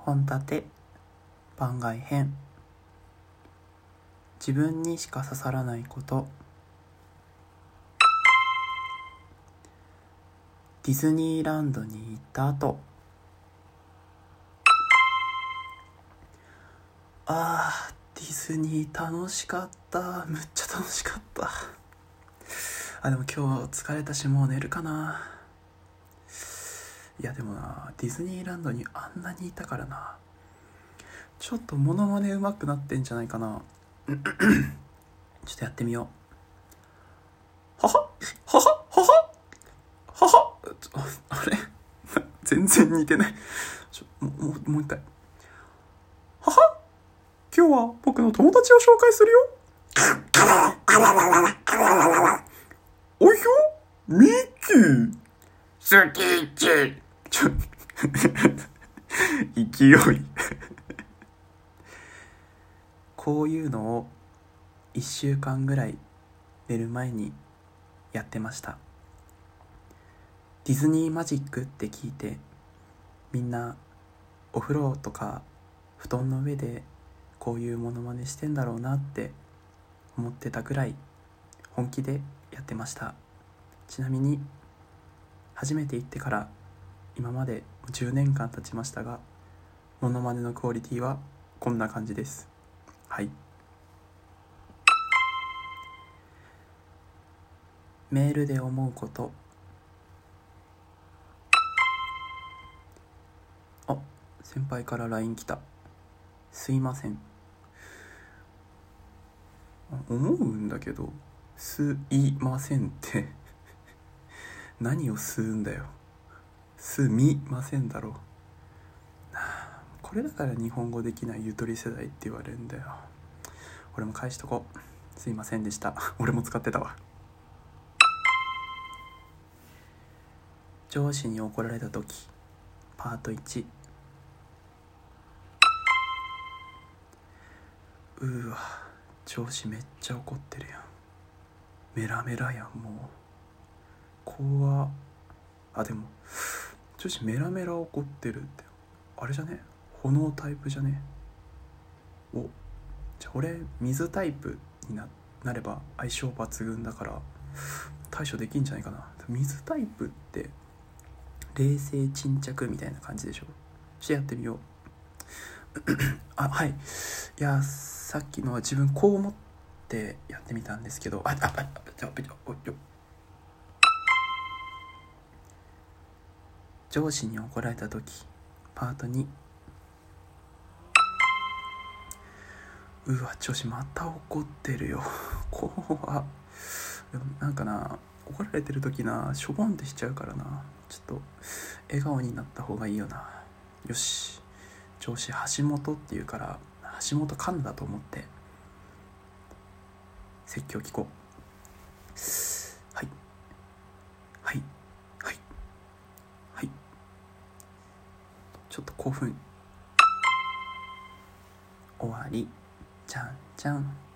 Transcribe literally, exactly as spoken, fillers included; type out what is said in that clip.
本立て番外編。自分にしか刺さらないこと。ディズニーランドに行った後、あーディズニー楽しかった。むっちゃ楽しかった。あでも今日疲れたしもう寝るかな。いやでもな、ディズニーランドにあんなにいたからな、ちょっとモノマネ上手くなってんじゃないかな。ちょっとやってみよう。はははははははは。あれ全然似てない。ちょもうもう一回。はは今日は僕の友達を紹介するよ。おいよミッキー好きっち。ちょ勢いこういうのをいっしゅうかんぐらい寝る前にやってました。ディズニーマジックって聞いて、みんなお風呂とか布団の上でこういうモノマネしてんだろうなって思ってたぐらい本気でやってました。ちなみに初めて行ってから今までじゅうねんかん経ちましたが、モノマネのクオリティはこんな感じです。はい。メールで思うこと。あ、先輩から ライン 来た。すいません。思うんだけど、すいませんって何を吸うんだよ。すみませんだろう。これだから日本語できないゆとり世代って言われるんだよ。俺も返しとこう。すいませんでした。俺も使ってたわ。上司に怒られた時パートいち。うーわ、上司めっちゃ怒ってるやん。メラメラやん。もう怖っ。あでも上司メラメラ怒ってるってあれじゃね、炎タイプじゃね。おじゃあ俺水タイプに な, なれば相性抜群だから対処できんじゃないかな。水タイプって冷静沈着みたいな感じでしょ。ちょっとやってみよう。あはい。いやさっきのは自分こう思ってやってみたんですけど、ああああじゃあ上司に怒られた時パートに。うわ上司また怒ってるよ。怖っ。でもなんかな、怒られてる時なしょぼんってしちゃうからな。ちょっと笑顔になった方がいいよな。よし、上司橋本っていうから橋本環奈だと思って説教聞こう。はいはいはいはい。ちょっと興奮。終わり。じゃんじゃん。